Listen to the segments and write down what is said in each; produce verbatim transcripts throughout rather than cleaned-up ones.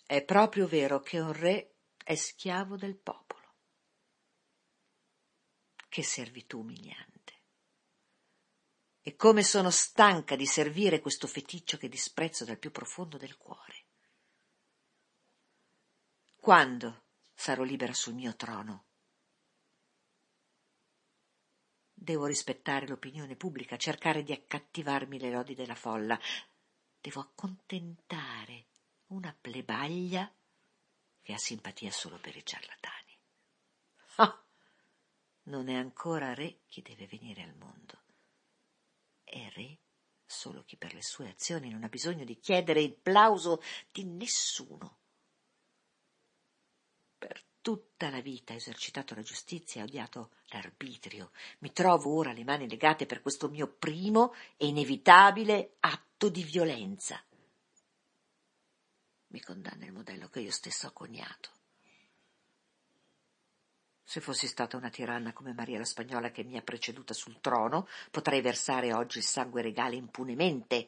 È proprio vero che un re è schiavo del popolo. Che servitù umiliante. E come sono stanca di servire questo feticcio che disprezzo dal più profondo del cuore. Quando sarò libera sul mio trono? Devo rispettare l'opinione pubblica, cercare di accattivarmi le lodi della folla. Devo accontentare una plebaglia che ha simpatia solo per i ciarlatani. Ah, non è ancora re chi deve venire al mondo. È re solo chi per le sue azioni non ha bisogno di chiedere il plauso di nessuno. Per tutta la vita ho esercitato la giustizia e odiato l'arbitrio. Mi trovo ora le mani legate per questo mio primo e inevitabile atto di violenza. Mi condanna il modello che io stesso ho coniato. Se fossi stata una tiranna come Maria la Spagnola che mi ha preceduta sul trono, potrei versare oggi il sangue regale impunemente.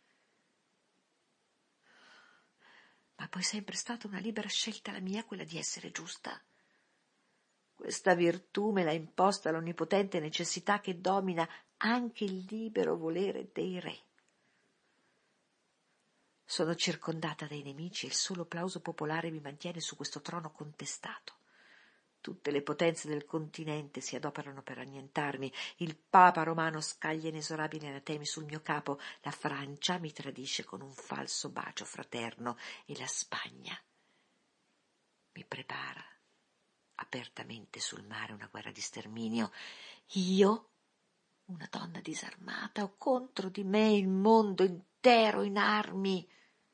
Ma poi è sempre stata una libera scelta la mia, quella di essere giusta. Questa virtù me l'ha imposta l'onnipotente necessità che domina anche il libero volere dei re. Sono circondata dai nemici e il solo plauso popolare mi mantiene su questo trono contestato. Tutte le potenze del continente si adoperano per annientarmi. Il Papa romano scaglia inesorabili anatemi sul mio capo. La Francia mi tradisce con un falso bacio fraterno e la Spagna mi prepara apertamente sul mare una guerra di sterminio. Io, una donna disarmata, ho contro di me il mondo intero in armi.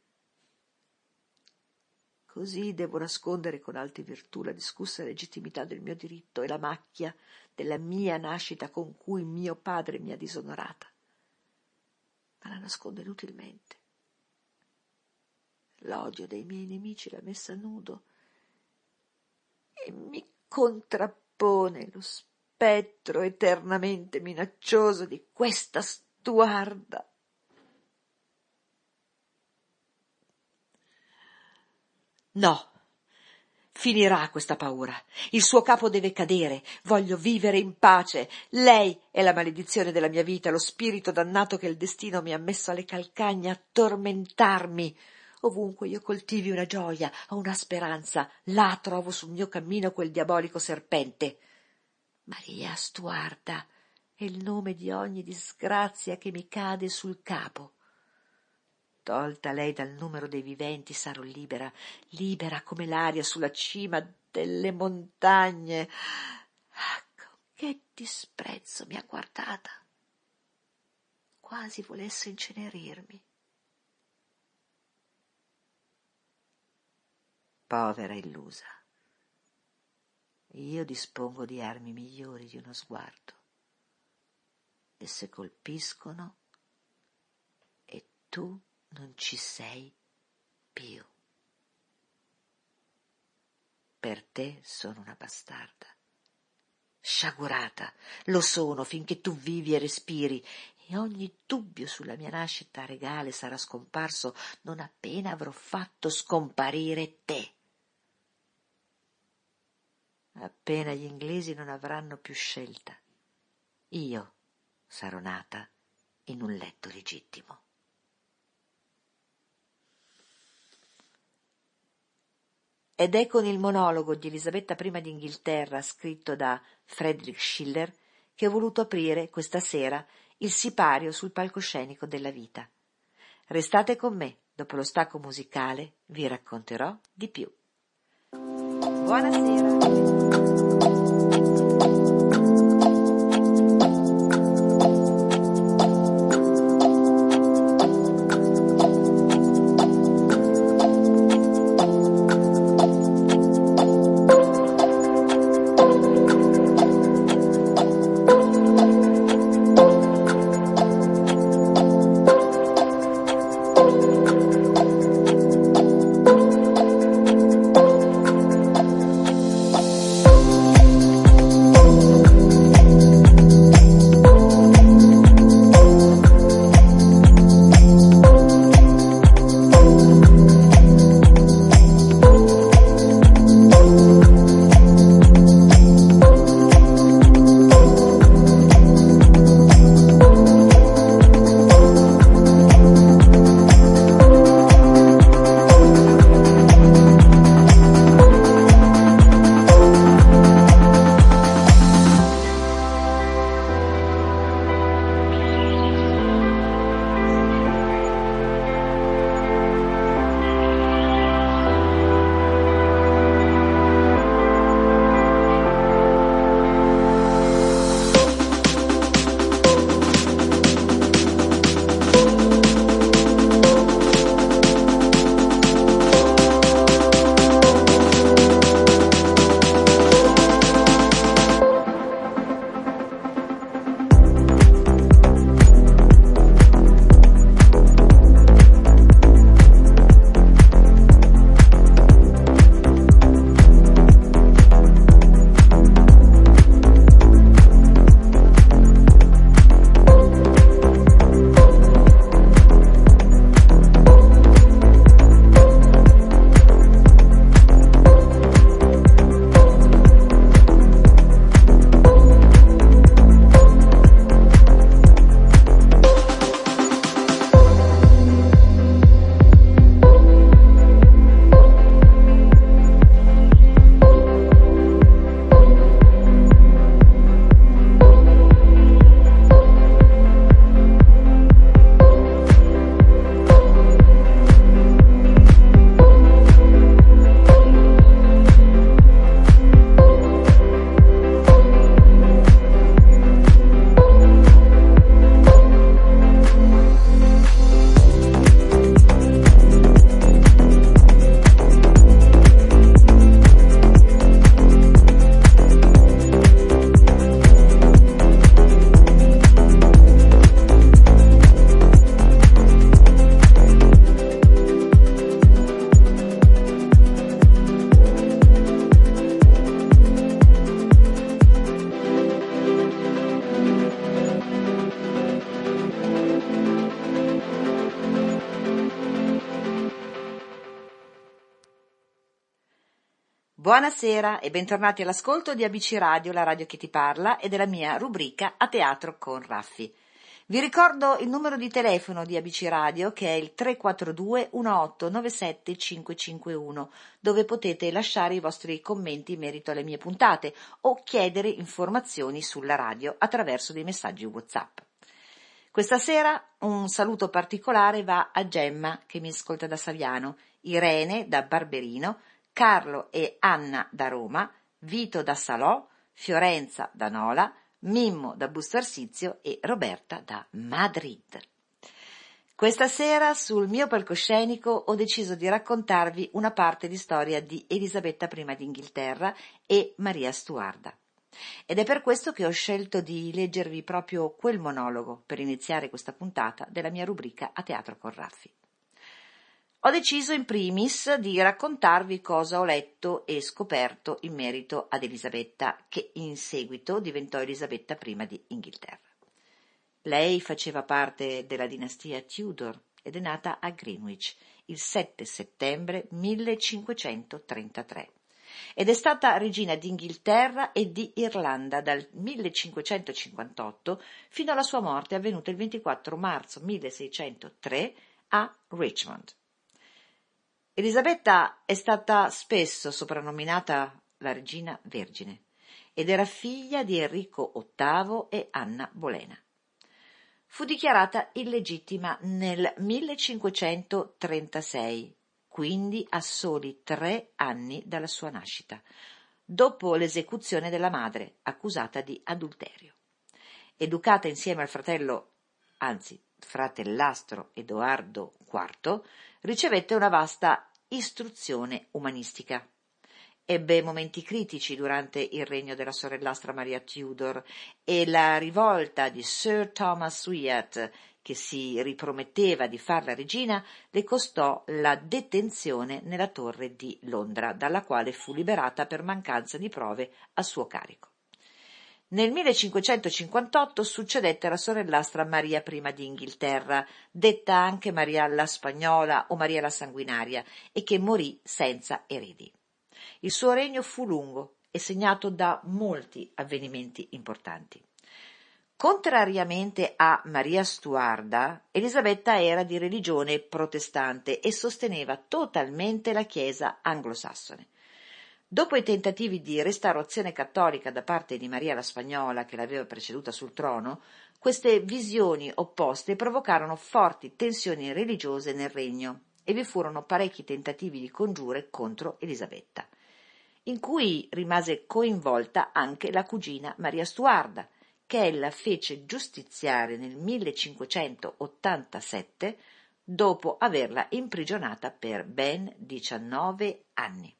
Così devo nascondere con alte virtù la discussa legittimità del mio diritto e la macchia della mia nascita con cui mio padre mi ha disonorata. Ma la nascondo inutilmente. L'odio dei miei nemici l'ha messa a nudo e mi contrappone lo spettro eternamente minaccioso di questa stuarda. No, finirà questa paura. Il suo capo deve cadere. Voglio vivere in pace. Lei è la maledizione della mia vita, lo spirito dannato che il destino mi ha messo alle calcagna a tormentarmi. Ovunque io coltivi una gioia o una speranza, là trovo sul mio cammino quel diabolico serpente. Maria Stuarda è il nome di ogni disgrazia che mi cade sul capo. Tolta lei dal numero dei viventi, sarò libera, libera come l'aria sulla cima delle montagne. Ah, con che disprezzo mi ha guardata, quasi volesse incenerirmi. Povera illusa, io dispongo di armi migliori di uno sguardo. Esse colpiscono e tu non ci sei più. Per te sono una bastarda, sciagurata, lo sono finché tu vivi e respiri, e ogni dubbio sulla mia nascita regale sarà scomparso non appena avrò fatto scomparire te. Appena gli inglesi non avranno più scelta, io sarò nata in un letto legittimo. Ed è con il monologo di Elisabetta I d'Inghilterra, scritto da Friedrich Schiller, che ho voluto aprire questa sera il sipario sul palcoscenico della vita. Restate con me, dopo lo stacco musicale vi racconterò di più. Buonasera. Buonasera e bentornati all'ascolto di A B C Radio, la radio che ti parla, e della mia rubrica A Teatro con Raffi. Vi ricordo il numero di telefono di A B C Radio, che è il tre quattro due uno otto nove sette cinque cinque uno, dove potete lasciare i vostri commenti in merito alle mie puntate o chiedere informazioni sulla radio attraverso dei messaggi WhatsApp. Questa sera un saluto particolare va a Gemma, che mi ascolta da Saviano, Irene da Barberino, Carlo e Anna da Roma, Vito da Salò, Fiorenza da Nola, Mimmo da Busto Arsizio e Roberta da Madrid. Questa sera sul mio palcoscenico ho deciso di raccontarvi una parte di storia di Elisabetta I d'Inghilterra e Maria Stuarda. Ed è per questo che ho scelto di leggervi proprio quel monologo per iniziare questa puntata della mia rubrica A Teatro con Raffi. Ho deciso in primis di raccontarvi cosa ho letto e scoperto in merito ad Elisabetta, che in seguito diventò Elisabetta I di Inghilterra. Lei faceva parte della dinastia Tudor ed è nata a Greenwich il sette settembre millecinquecentotrentatré ed è stata regina d'Inghilterra e di Irlanda dal millecinquecentocinquantotto fino alla sua morte avvenuta il ventiquattro marzo milleseicentotre a Richmond. Elisabetta è stata spesso soprannominata la regina vergine ed era figlia di Enrico ottavo e Anna Bolena. Fu dichiarata illegittima nel millecinquecentotrentasei, quindi a soli tre anni dalla sua nascita, dopo l'esecuzione della madre, accusata di adulterio. Educata insieme al fratello, anzi fratellastro Edoardo quarto, ricevette una vasta istruzione umanistica. Ebbe momenti critici durante il regno della sorellastra Maria Tudor e la rivolta di Sir Thomas Wyatt, che si riprometteva di farla regina, le costò la detenzione nella torre di Londra, dalla quale fu liberata per mancanza di prove a suo carico. Nel millecinquecentocinquantotto succedette alla sorellastra Maria I d'Inghilterra, detta anche Maria la Spagnola o Maria la Sanguinaria, e che morì senza eredi. Il suo regno fu lungo e segnato da molti avvenimenti importanti. Contrariamente a Maria Stuarda, Elisabetta era di religione protestante e sosteneva totalmente la Chiesa anglosassone. Dopo i tentativi di restaurazione cattolica da parte di Maria la Spagnola, che l'aveva preceduta sul trono, queste visioni opposte provocarono forti tensioni religiose nel regno e vi furono parecchi tentativi di congiure contro Elisabetta, in cui rimase coinvolta anche la cugina Maria Stuarda, che ella fece giustiziare nel millecinquecentottantasette dopo averla imprigionata per ben diciannove anni.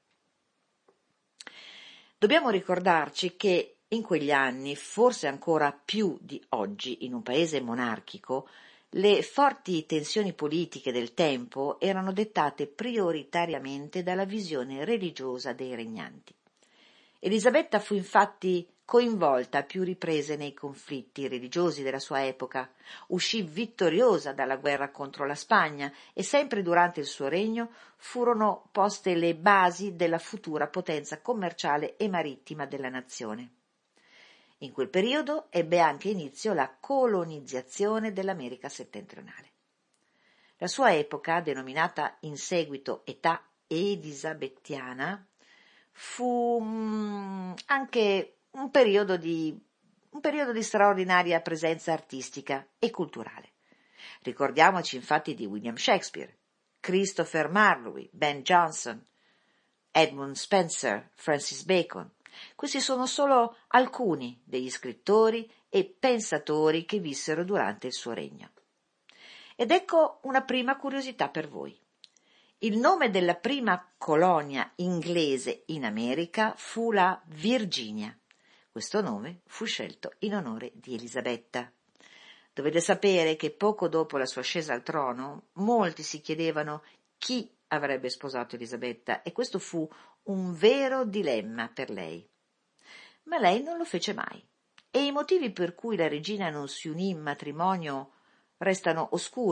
Dobbiamo ricordarci che in quegli anni, forse ancora più di oggi in un paese monarchico, le forti tensioni politiche del tempo erano dettate prioritariamente dalla visione religiosa dei regnanti. Elisabetta fu infatti coinvolta a più riprese nei conflitti religiosi della sua epoca, uscì vittoriosa dalla guerra contro la Spagna e sempre durante il suo regno furono poste le basi della futura potenza commerciale e marittima della nazione. In quel periodo ebbe anche inizio la colonizzazione dell'America settentrionale. La sua epoca, denominata in seguito età elisabettiana, fu mm, anche un periodo di un periodo di straordinaria presenza artistica e culturale. Ricordiamoci infatti di William Shakespeare, Christopher Marlowe, Ben Jonson, Edmund Spenser, Francis Bacon. Questi sono solo alcuni degli scrittori e pensatori che vissero durante il suo regno. Ed ecco una prima curiosità per voi. Il nome della prima colonia inglese in America fu la Virginia. Questo nome fu scelto in onore di Elisabetta. Dovete sapere che poco dopo la sua ascesa al trono, molti si chiedevano chi avrebbe sposato Elisabetta e questo fu un vero dilemma per lei. Ma lei non lo fece mai e i motivi per cui la regina non si unì in matrimonio restano oscuri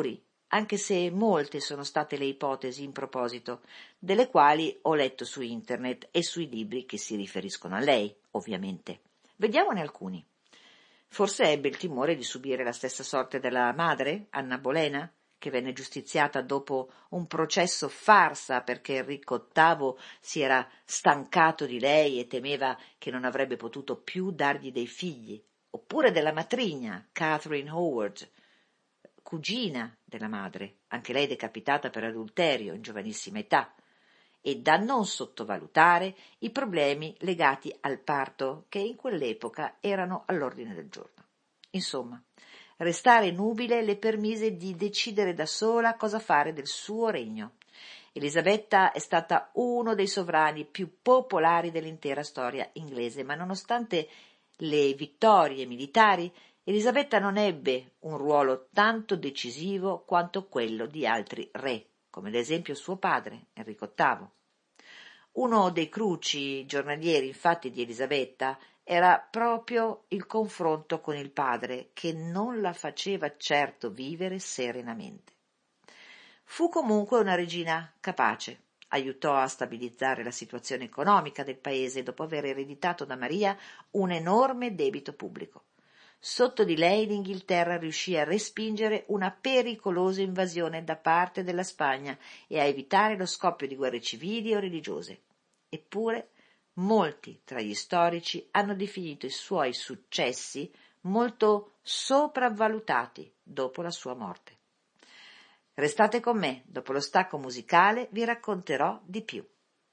anche se molte sono state le ipotesi in proposito, delle quali ho letto su internet e sui libri che si riferiscono a lei, ovviamente. Vediamone alcuni. Forse ebbe il timore di subire la stessa sorte della madre, Anna Bolena, che venne giustiziata dopo un processo farsa perché Enrico ottavo si era stancato di lei e temeva che non avrebbe potuto più dargli dei figli, oppure della matrigna, Catherine Howard, cugina della madre, anche lei decapitata per adulterio in giovanissima età, e da non sottovalutare i problemi legati al parto che in quell'epoca erano all'ordine del giorno. Insomma, restare nubile le permise di decidere da sola cosa fare del suo regno. Elisabetta è stata uno dei sovrani più popolari dell'intera storia inglese, ma nonostante le vittorie militari, Elisabetta non ebbe un ruolo tanto decisivo quanto quello di altri re, come ad esempio suo padre, Enrico ottavo. Uno dei cruci giornalieri, infatti, di Elisabetta era proprio il confronto con il padre, che non la faceva certo vivere serenamente. Fu comunque una regina capace, aiutò a stabilizzare la situazione economica del paese dopo aver ereditato da Maria un enorme debito pubblico. Sotto di lei l'Inghilterra riuscì a respingere una pericolosa invasione da parte della Spagna e a evitare lo scoppio di guerre civili o religiose. Eppure, molti tra gli storici hanno definito i suoi successi molto sopravvalutati dopo la sua morte. Restate con me, dopo lo stacco musicale vi racconterò di più.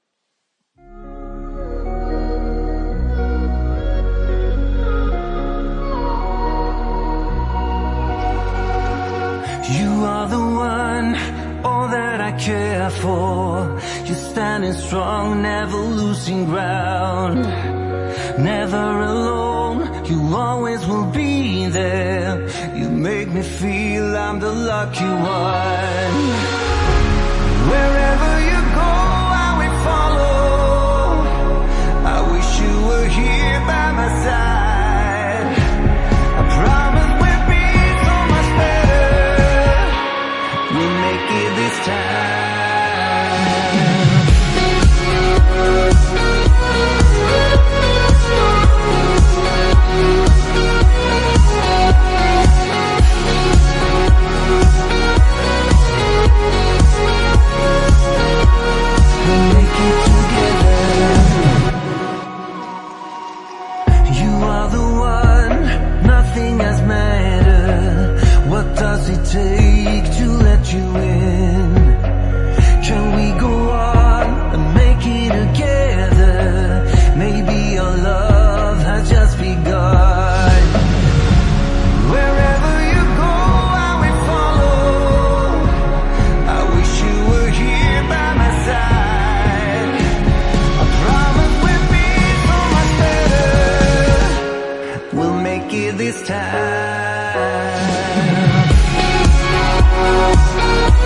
You are the one, all that I care for. You're standing strong, never losing ground. Never alone, you always will be there. You make me feel I'm the lucky one. Wherever you go, I will follow. I wish you were here by my side. I promise we'll be so much better. We'll make it this time. Take to let you in. Can we go on and make it together? Maybe our love has just begun. Wherever you go, I will follow. I wish you were here by my side. I promise we'll be so much better. We'll make it this time. We'll be right back.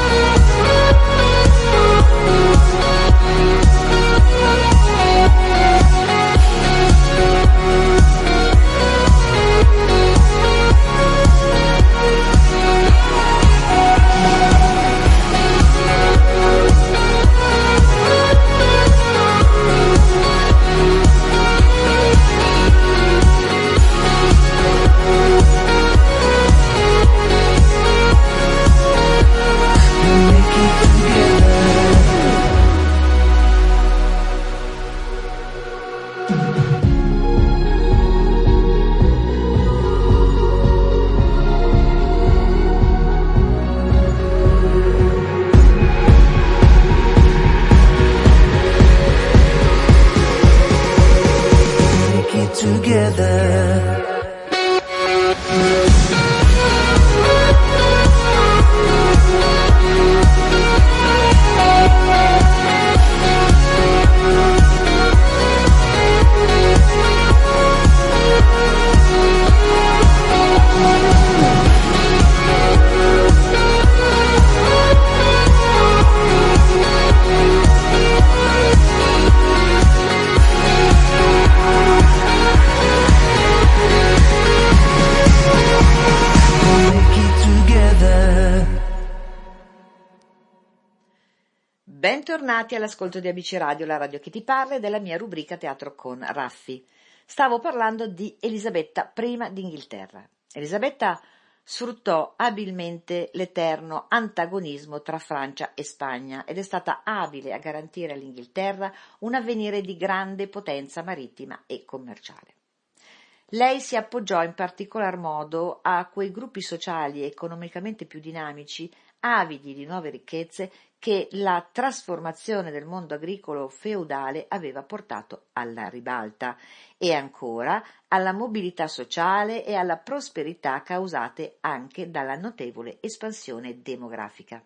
Bentornati all'ascolto di A B C Radio, la radio che ti parla, e della mia rubrica Teatro con Raffi. Stavo parlando di Elisabetta prima d'Inghilterra. Elisabetta sfruttò abilmente l'eterno antagonismo tra Francia e Spagna ed è stata abile a garantire all'Inghilterra un avvenire di grande potenza marittima e commerciale. Lei si appoggiò in particolar modo a quei gruppi sociali e economicamente più dinamici, avidi di nuove ricchezze, che la trasformazione del mondo agricolo feudale aveva portato alla ribalta, e ancora alla mobilità sociale e alla prosperità causate anche dalla notevole espansione demografica.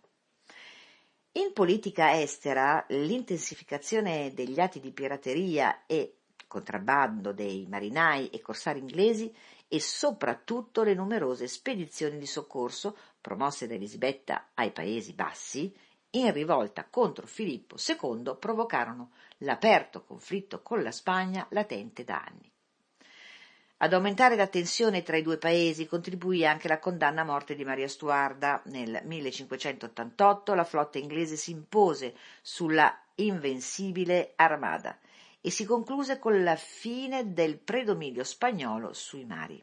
In politica estera, l'intensificazione degli atti di pirateria e contrabbando dei marinai e corsari inglesi e soprattutto le numerose spedizioni di soccorso promosse da Elisabetta ai Paesi Bassi in rivolta contro Filippo secondo provocarono l'aperto conflitto con la Spagna latente da anni. Ad aumentare la tensione tra i due paesi contribuì anche la condanna a morte di Maria Stuarda. Nel millecinquecentottantotto la flotta inglese si impose sulla invincibile Armada e si concluse con la fine del predominio spagnolo sui mari.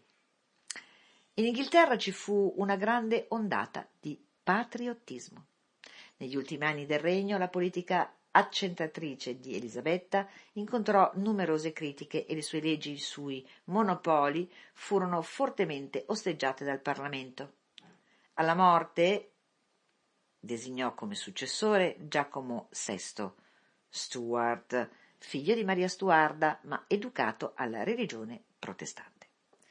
In Inghilterra ci fu una grande ondata di patriottismo. Negli ultimi anni del regno la politica accentratrice di Elisabetta incontrò numerose critiche e le sue leggi sui monopoli furono fortemente osteggiate dal Parlamento. Alla morte designò come successore Giacomo sesto Stuart, figlio di Maria Stuarda, ma educato alla religione protestante.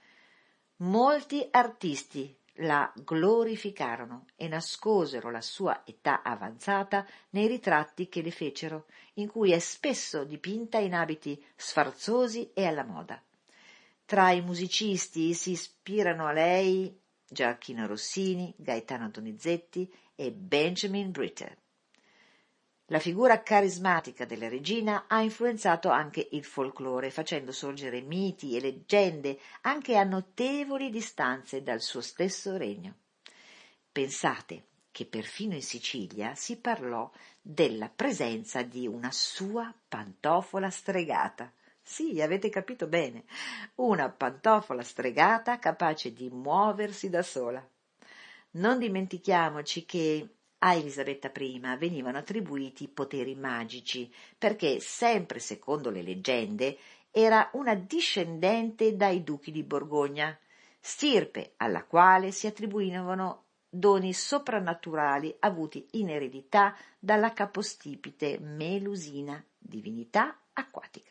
Molti artisti la glorificarono e nascosero la sua età avanzata nei ritratti che le fecero, in cui è spesso dipinta in abiti sfarzosi e alla moda. Tra i musicisti si ispirano a lei Gioacchino Rossini, Gaetano Donizetti e Benjamin Britten. La figura carismatica della regina ha influenzato anche il folklore, facendo sorgere miti e leggende anche a notevoli distanze dal suo stesso regno. Pensate che perfino in Sicilia si parlò della presenza di una sua pantofola stregata. Sì, avete capito bene, una pantofola stregata capace di muoversi da sola. Non dimentichiamoci che a Elisabetta prima venivano attribuiti poteri magici, perché, sempre secondo le leggende, era una discendente dai duchi di Borgogna, stirpe alla quale si attribuivano doni soprannaturali avuti in eredità dalla capostipite Melusina, divinità acquatica.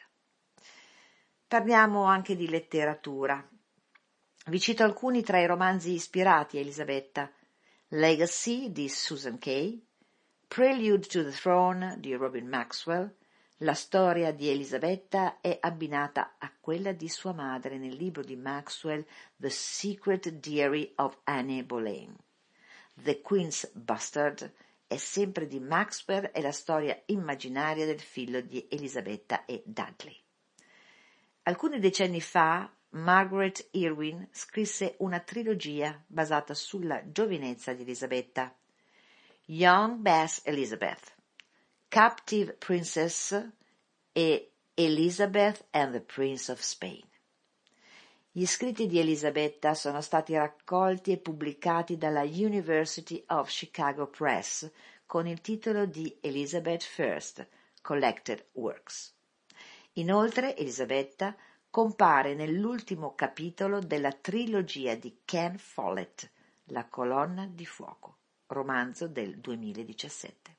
Parliamo anche di letteratura. Vi cito alcuni tra i romanzi ispirati a Elisabetta: Legacy di Susan Kay, Prelude to the Throne di Robin Maxwell. La storia di Elisabetta è abbinata a quella di sua madre nel libro di Maxwell The Secret Diary of Anne Boleyn. The Queen's Bastard è sempre di Maxwell, è la storia immaginaria del figlio di Elisabetta e Dudley. Alcuni decenni fa Margaret Irwin scrisse una trilogia basata sulla giovinezza di Elisabetta: Young Bess Elizabeth, Captive Princess e Elizabeth and the Prince of Spain. Gli scritti di Elisabetta sono stati raccolti e pubblicati dalla University of Chicago Press con il titolo di Elizabeth First, Collected Works. Inoltre Elisabetta compare nell'ultimo capitolo della trilogia di Ken Follett, La colonna di fuoco, romanzo del duemiladiciassette.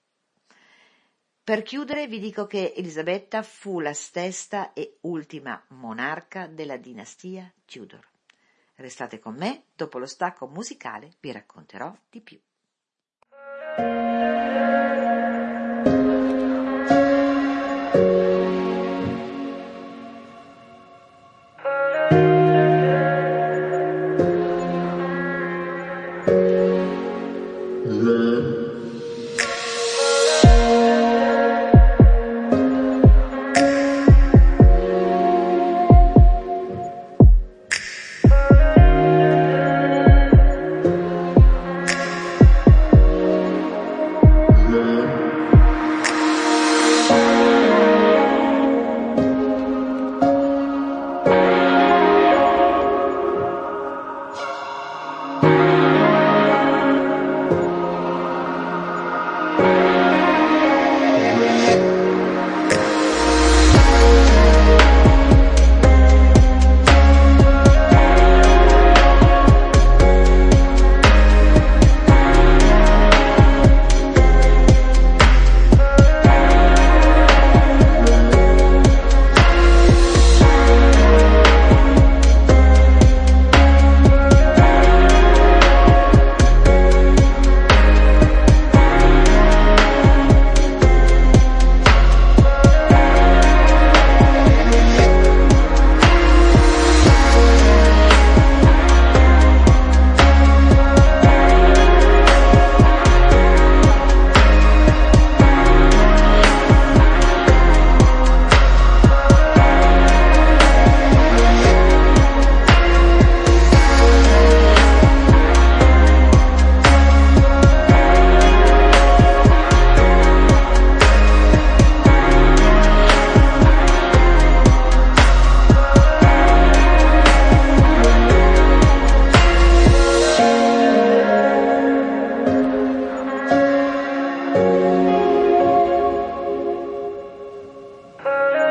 Per chiudere vi dico che Elisabetta fu la sesta e ultima monarca della dinastia Tudor. Restate con me, dopo lo stacco musicale vi racconterò di più.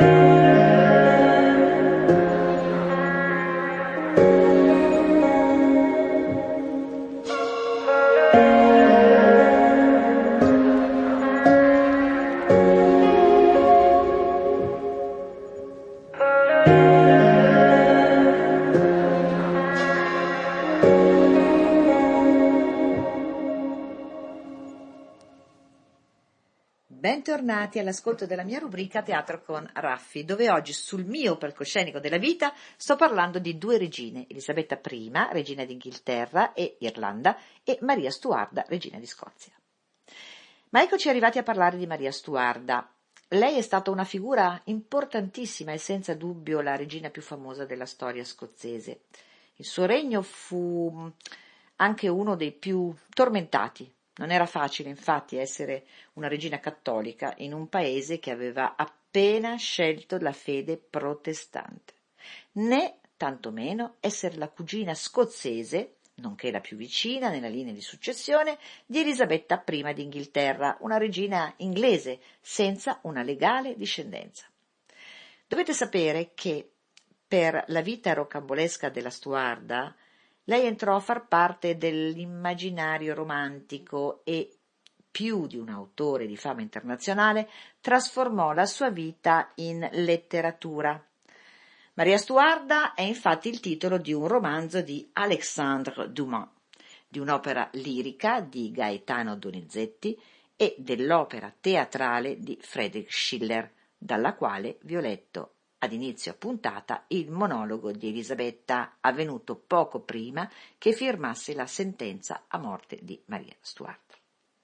Bentornati all'ascolto della mia rubrica Teatro con Raffi, dove oggi sul mio palcoscenico della vita sto parlando di due regine, Elisabetta prima, regina d'Inghilterra e Irlanda, e Maria Stuarda, regina di Scozia. Ma eccoci arrivati a parlare di Maria Stuarda. Lei è stata una figura importantissima e senza dubbio la regina più famosa della storia scozzese. Il suo regno fu anche uno dei più tormentati. Non era facile, infatti, essere una regina cattolica in un paese che aveva appena scelto la fede protestante, né tantomeno essere la cugina scozzese, nonché la più vicina nella linea di successione, di Elisabetta prima d'Inghilterra, una regina inglese senza una legale discendenza. Dovete sapere che per la vita rocambolesca della Stuarda lei entrò a far parte dell'immaginario romantico e, più di un autore di fama internazionale, trasformò la sua vita in letteratura. Maria Stuarda è infatti il titolo di un romanzo di Alexandre Dumas, di un'opera lirica di Gaetano Donizetti e dell'opera teatrale di Friedrich Schiller, dalla quale vi ho letto ad inizio puntata il monologo di Elisabetta, avvenuto poco prima che firmasse la sentenza a morte di Maria Stuarda.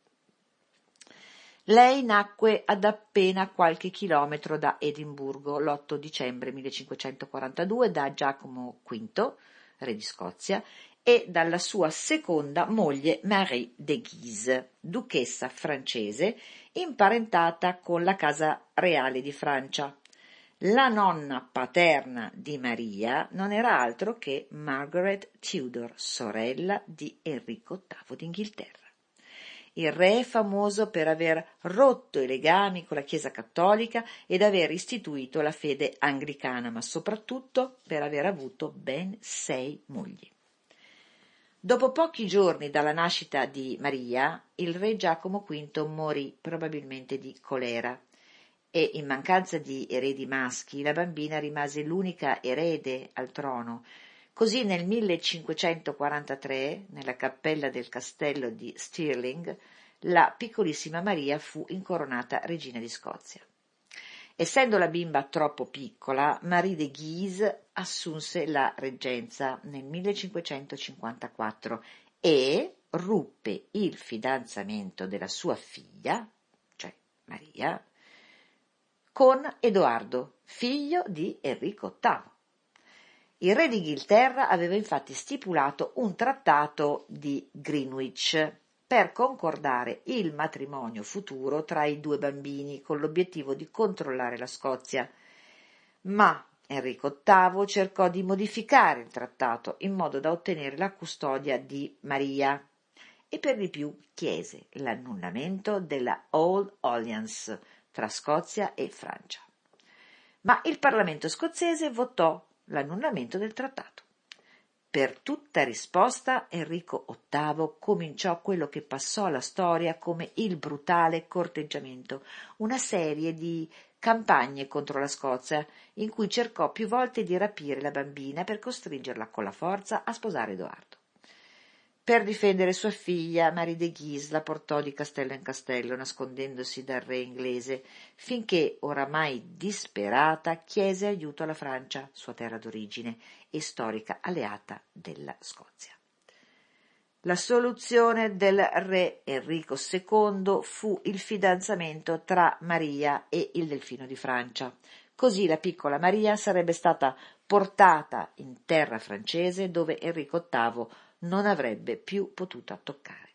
Lei nacque ad appena qualche chilometro da Edimburgo l'otto dicembre millecinquecentoquarantadue da Giacomo quinto, re di Scozia, e dalla sua seconda moglie Marie de Guise, duchessa francese, imparentata con la casa reale di Francia. La nonna paterna di Maria non era altro che Margaret Tudor, sorella di Enrico ottavo d'Inghilterra. Il re è famoso per aver rotto i legami con la Chiesa cattolica ed aver istituito la fede anglicana, ma soprattutto per aver avuto ben sei mogli. Dopo pochi giorni dalla nascita di Maria, il re Giacomo quinto morì probabilmente di colera. E in mancanza di eredi maschi la bambina rimase l'unica erede al trono. Così nel millecinquecentoquarantatré, nella cappella del castello di Stirling, la piccolissima Maria fu incoronata regina di Scozia. Essendo la bimba troppo piccola, Marie de Guise assunse la reggenza nel millecinquecentocinquantaquattro e ruppe il fidanzamento della sua figlia, cioè Maria, con Edoardo, figlio di Enrico ottavo. Il re d'Inghilterra aveva infatti stipulato un trattato di Greenwich per concordare il matrimonio futuro tra i due bambini con l'obiettivo di controllare la Scozia, ma Enrico ottavo cercò di modificare il trattato in modo da ottenere la custodia di Maria e per di più chiese l'annullamento della Old Alliance tra Scozia e Francia. Ma il Parlamento scozzese votò l'annullamento del trattato. Per tutta risposta Enrico ottavo cominciò quello che passò alla storia come il brutale corteggiamento, una serie di campagne contro la Scozia in cui cercò più volte di rapire la bambina per costringerla con la forza a sposare Edoardo. Per difendere sua figlia, Marie de Guise la portò di castello in castello, nascondendosi dal re inglese, finché, oramai disperata, chiese aiuto alla Francia, sua terra d'origine e storica alleata della Scozia. La soluzione del re Enrico secondo fu il fidanzamento tra Maria e il Delfino di Francia. Così la piccola Maria sarebbe stata portata in terra francese dove Enrico ottavo non avrebbe più potuto toccare.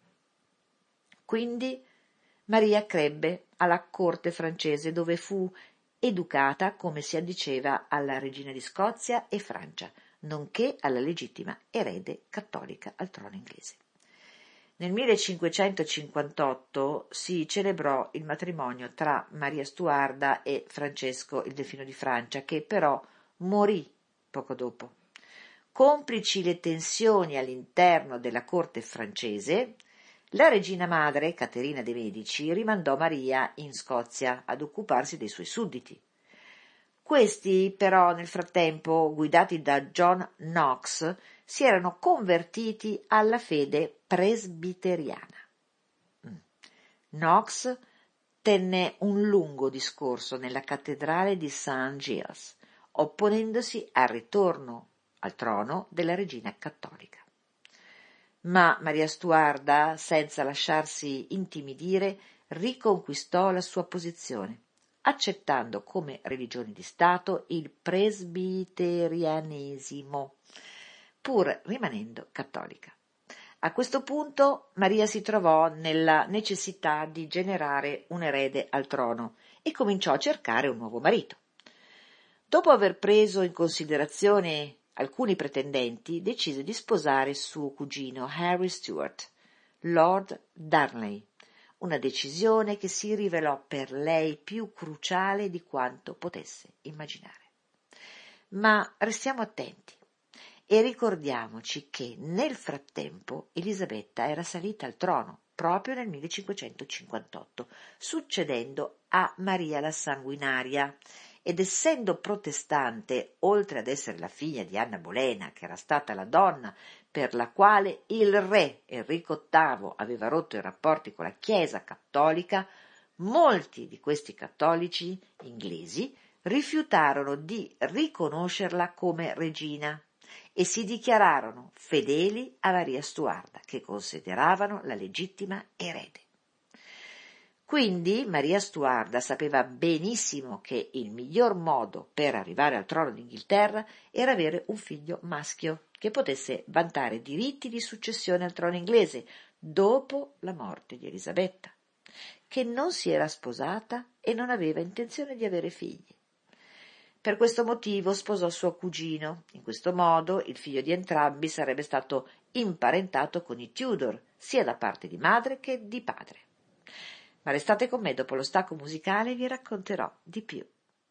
Quindi Maria crebbe alla corte francese dove fu educata come si addiceva alla regina di Scozia e Francia, nonché alla legittima erede cattolica al trono inglese. Nel millecinquecentocinquantotto si celebrò il matrimonio tra Maria Stuarda e Francesco il Delfino di Francia, che però morì poco dopo. Complici le tensioni all'interno della corte francese, la regina madre, Caterina de' Medici, rimandò Maria in Scozia ad occuparsi dei suoi sudditi. Questi, però, nel frattempo, guidati da John Knox, si erano convertiti alla fede presbiteriana. Knox tenne un lungo discorso nella cattedrale di Saint Giles, opponendosi al ritorno al trono della regina cattolica. Ma Maria Stuarda, senza lasciarsi intimidire, riconquistò la sua posizione, accettando come religione di Stato il presbiterianesimo, pur rimanendo cattolica. A questo punto Maria si trovò nella necessità di generare un erede al trono e cominciò a cercare un nuovo marito. Dopo aver preso in considerazione alcuni pretendenti, decise di sposare suo cugino Harry Stuart, Lord Darnley, una decisione che si rivelò per lei più cruciale di quanto potesse immaginare. Ma restiamo attenti e ricordiamoci che nel frattempo Elisabetta era salita al trono proprio nel millecinquecentocinquantotto, succedendo a Maria la Sanguinaria, ed essendo protestante, oltre ad essere la figlia di Anna Bolena, che era stata la donna per la quale il re Enrico ottavo aveva rotto i rapporti con la Chiesa cattolica, molti di questi cattolici inglesi rifiutarono di riconoscerla come regina e si dichiararono fedeli a Maria Stuarda, che consideravano la legittima erede. Quindi Maria Stuarda sapeva benissimo che il miglior modo per arrivare al trono d'Inghilterra era avere un figlio maschio che potesse vantare diritti di successione al trono inglese dopo la morte di Elisabetta, che non si era sposata e non aveva intenzione di avere figli. Per questo motivo sposò suo cugino. In questo modo il figlio di entrambi sarebbe stato imparentato con i Tudor, sia da parte di madre che di padre. Ma restate con me, dopo lo stacco musicale vi racconterò di più.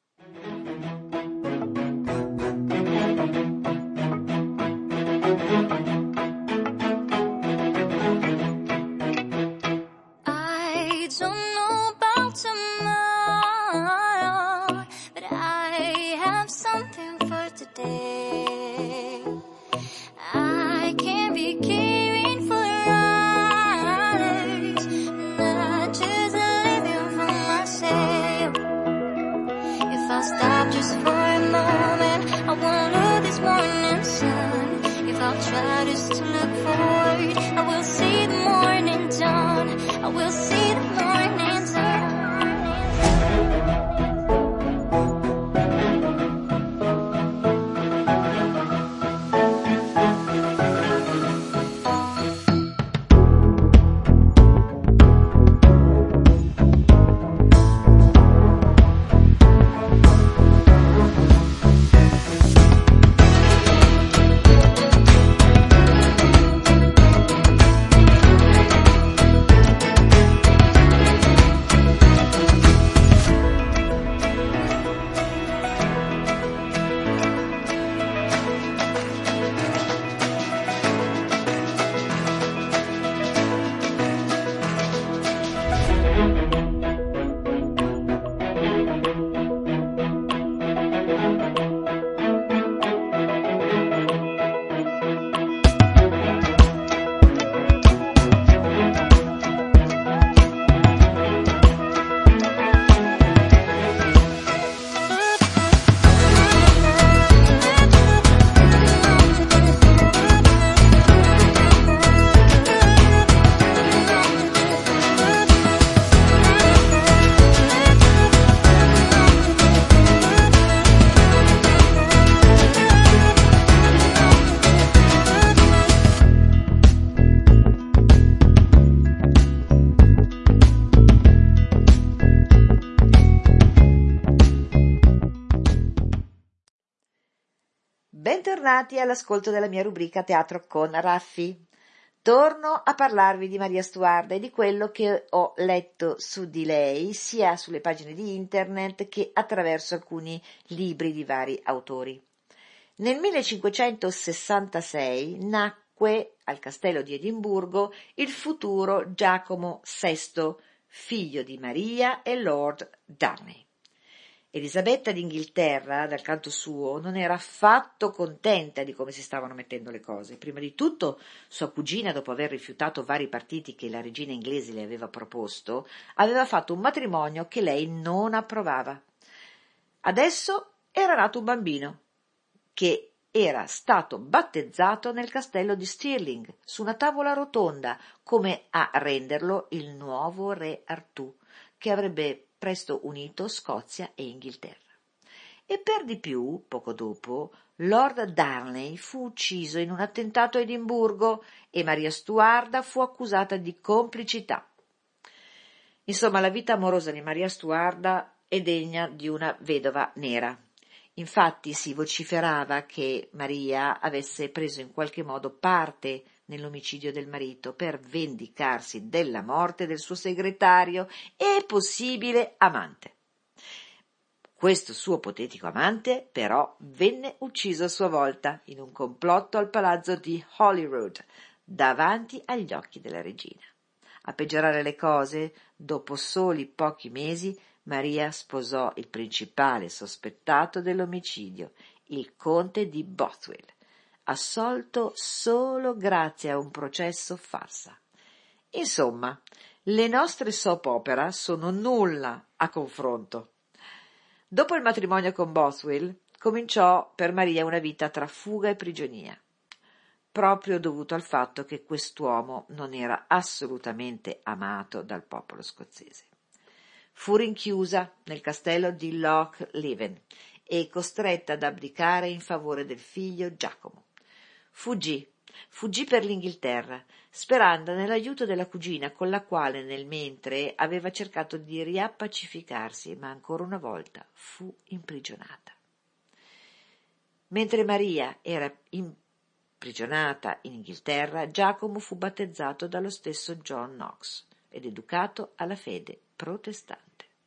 I don't know about tomorrow, but I have something for today. I can't be caring for others, not just living for myself. If I stop just for a moment, I won't lose this morning sun. If I'll try just to look forward, I will see the morning dawn. I will see the morning dawn. Bentornati all'ascolto della mia rubrica Teatro con Raffi. Torno a parlarvi di Maria Stuarda e di quello che ho letto su di lei, sia sulle pagine di internet che attraverso alcuni libri di vari autori. Nel millecinquecentosessantasei nacque al castello di Edimburgo il futuro Giacomo sesto, figlio di Maria e Lord Darnley. Elisabetta d'Inghilterra, dal canto suo, non era affatto contenta di come si stavano mettendo le cose. Prima di tutto, sua cugina, dopo aver rifiutato vari partiti che la regina inglese le aveva proposto, aveva fatto un matrimonio che lei non approvava. Adesso era nato un bambino, che era stato battezzato nel castello di Stirling, su una tavola rotonda, come a renderlo il nuovo re Artù, che avrebbe presto unito Scozia e Inghilterra. E per di più, poco dopo, Lord Darnley fu ucciso in un attentato a Edimburgo e Maria Stuarda fu accusata di complicità. Insomma, la vita amorosa di Maria Stuarda è degna di una vedova nera. Infatti si vociferava che Maria avesse preso in qualche modo parte nell'omicidio del marito per vendicarsi della morte del suo segretario e possibile amante. Questo suo ipotetico amante, però, venne ucciso a sua volta in un complotto al palazzo di Holyrood, davanti agli occhi della regina. A peggiorare le cose, dopo soli pochi mesi, Maria sposò il principale sospettato dell'omicidio, il conte di Bothwell, assolto solo grazie a un processo farsa. Insomma, le nostre soap opera sono nulla a confronto. Dopo il matrimonio con Bothwell, cominciò per Maria una vita tra fuga e prigionia, proprio dovuto al fatto che quest'uomo non era assolutamente amato dal popolo scozzese. Fu rinchiusa nel castello di Loch Leven e costretta ad abdicare in favore del figlio Giacomo. Fuggì, fuggì per l'Inghilterra, sperando nell'aiuto della cugina con la quale nel mentre aveva cercato di riappacificarsi, ma ancora una volta fu imprigionata. Mentre Maria era imprigionata in Inghilterra, Giacomo fu battezzato dallo stesso John Knox ed educato alla fede protestante.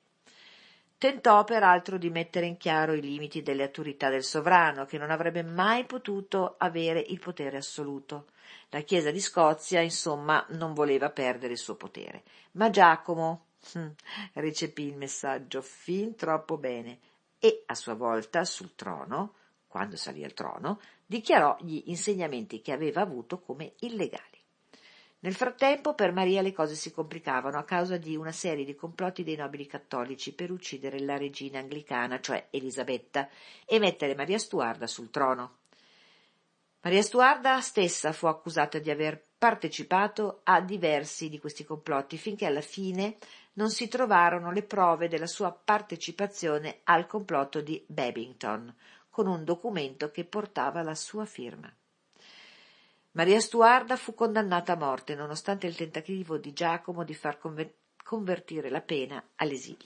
Tentò peraltro di mettere in chiaro i limiti delle autorità del sovrano, che non avrebbe mai potuto avere il potere assoluto. La Chiesa di Scozia, insomma, non voleva perdere il suo potere. Ma Giacomo hm, recepì il messaggio fin troppo bene e, a sua volta, sul trono, quando salì al trono, dichiarò gli insegnamenti che aveva avuto come illegali. Nel frattempo per Maria le cose si complicavano a causa di una serie di complotti dei nobili cattolici per uccidere la regina anglicana, cioè Elisabetta, e mettere Maria Stuarda sul trono. Maria Stuarda stessa fu accusata di aver partecipato a diversi di questi complotti, finché alla fine non si trovarono le prove della sua partecipazione al complotto di Babington, con un documento che portava la sua firma. Maria Stuarda fu condannata a morte, nonostante il tentativo di Giacomo di far convertire la pena all'esilio.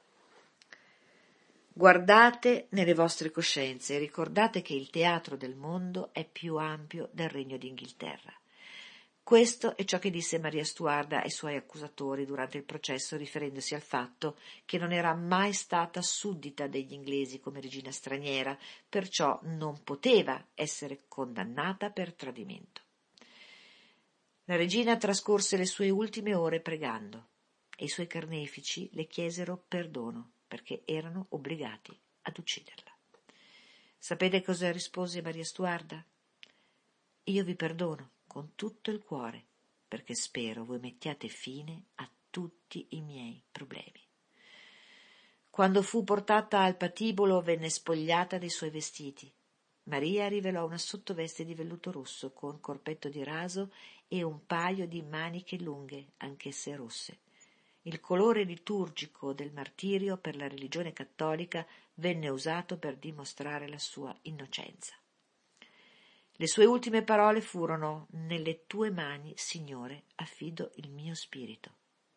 Guardate nelle vostre coscienze e ricordate che il teatro del mondo è più ampio del Regno d'Inghilterra. Questo è ciò che disse Maria Stuarda ai suoi accusatori durante il processo, riferendosi al fatto che non era mai stata suddita degli inglesi come regina straniera, perciò non poteva essere condannata per tradimento. La regina trascorse le sue ultime ore pregando e i suoi carnefici le chiesero perdono perché erano obbligati ad ucciderla. Sapete cosa rispose Maria Stuarda? Io vi perdono con tutto il cuore, perché spero voi mettiate fine a tutti i miei problemi. Quando fu portata al patibolo venne spogliata dei suoi vestiti. Maria rivelò una sottoveste di velluto rosso con corpetto di raso e un paio di maniche lunghe, anch'esse rosse. Il colore liturgico del martirio per la religione cattolica venne usato per dimostrare la sua innocenza. Le sue ultime parole furono: «Nelle tue mani, Signore, affido il mio spirito».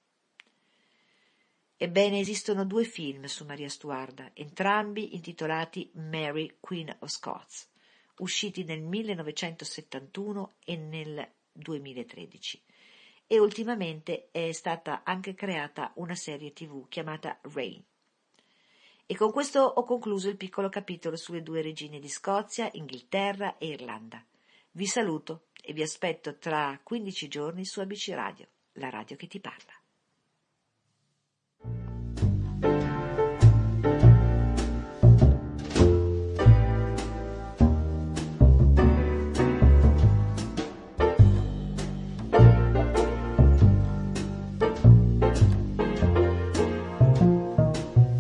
Ebbene, esistono due film su Maria Stuarda, entrambi intitolati Mary, Queen of Scots, usciti nel millenovecentosettantuno e nel duemilatredici. E ultimamente è stata anche creata una serie tv chiamata Rain. E con questo ho concluso il piccolo capitolo sulle due regine di Scozia, Inghilterra e Irlanda. Vi saluto e vi aspetto tra quindici giorni su A B C Radio, la radio che ti parla.